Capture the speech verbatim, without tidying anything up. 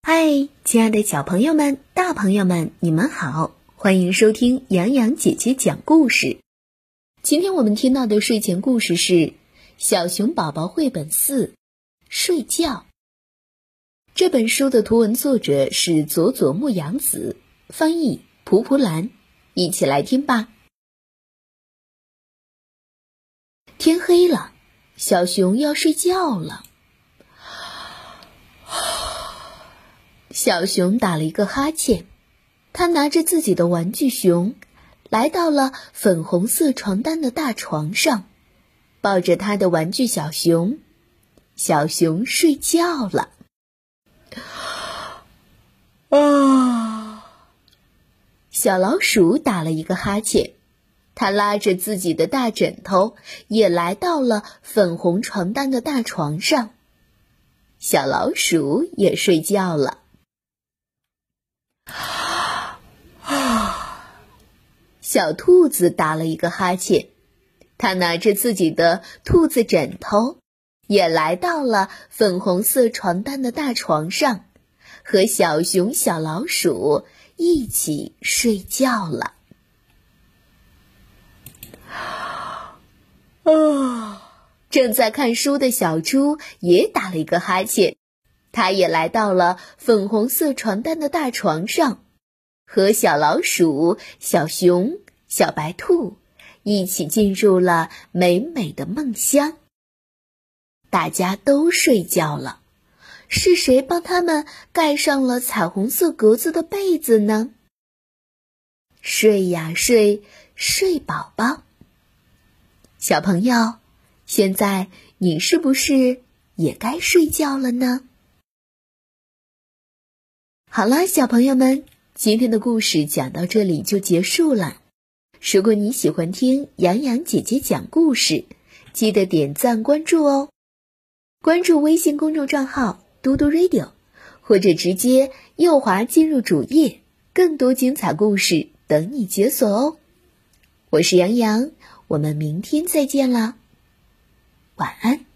嗨，亲爱的小朋友们、大朋友们，你们好，欢迎收听洋洋姐姐讲故事。今天我们听到的睡前故事是《小熊宝宝绘本四：睡觉》。这本书的图文作者是佐佐木阳子，翻译蒲蒲兰。一起来听吧。天黑了，小熊要睡觉了。小熊打了一个哈欠，他拿着自己的玩具熊，来到了粉红色床单的大床上，抱着他的玩具小熊。小熊睡觉了。啊！小老鼠打了一个哈欠，他拉着自己的大枕头，也来到了粉红床单的大床上。小老鼠也睡觉了。小兔子打了一个哈欠，它拿着自己的兔子枕头，也来到了粉红色床单的大床上，和小熊、小老鼠一起睡觉了。啊！正在看书的小猪也打了一个哈欠，它也来到了粉红色床单的大床上，和小老鼠、小熊、小白兔一起进入了美美的梦乡。大家都睡觉了，是谁帮他们盖上了彩虹色格子的被子呢？睡呀睡，睡宝宝。小朋友，现在你是不是也该睡觉了呢？好了，小朋友们，今天的故事讲到这里就结束了。如果你喜欢听洋洋姐姐讲故事，记得点赞关注哦。关注微信公众账号嘟嘟 radio， 或者直接右滑进入主页，更多精彩故事等你解锁哦。我是洋洋，我们明天再见啦，晚安。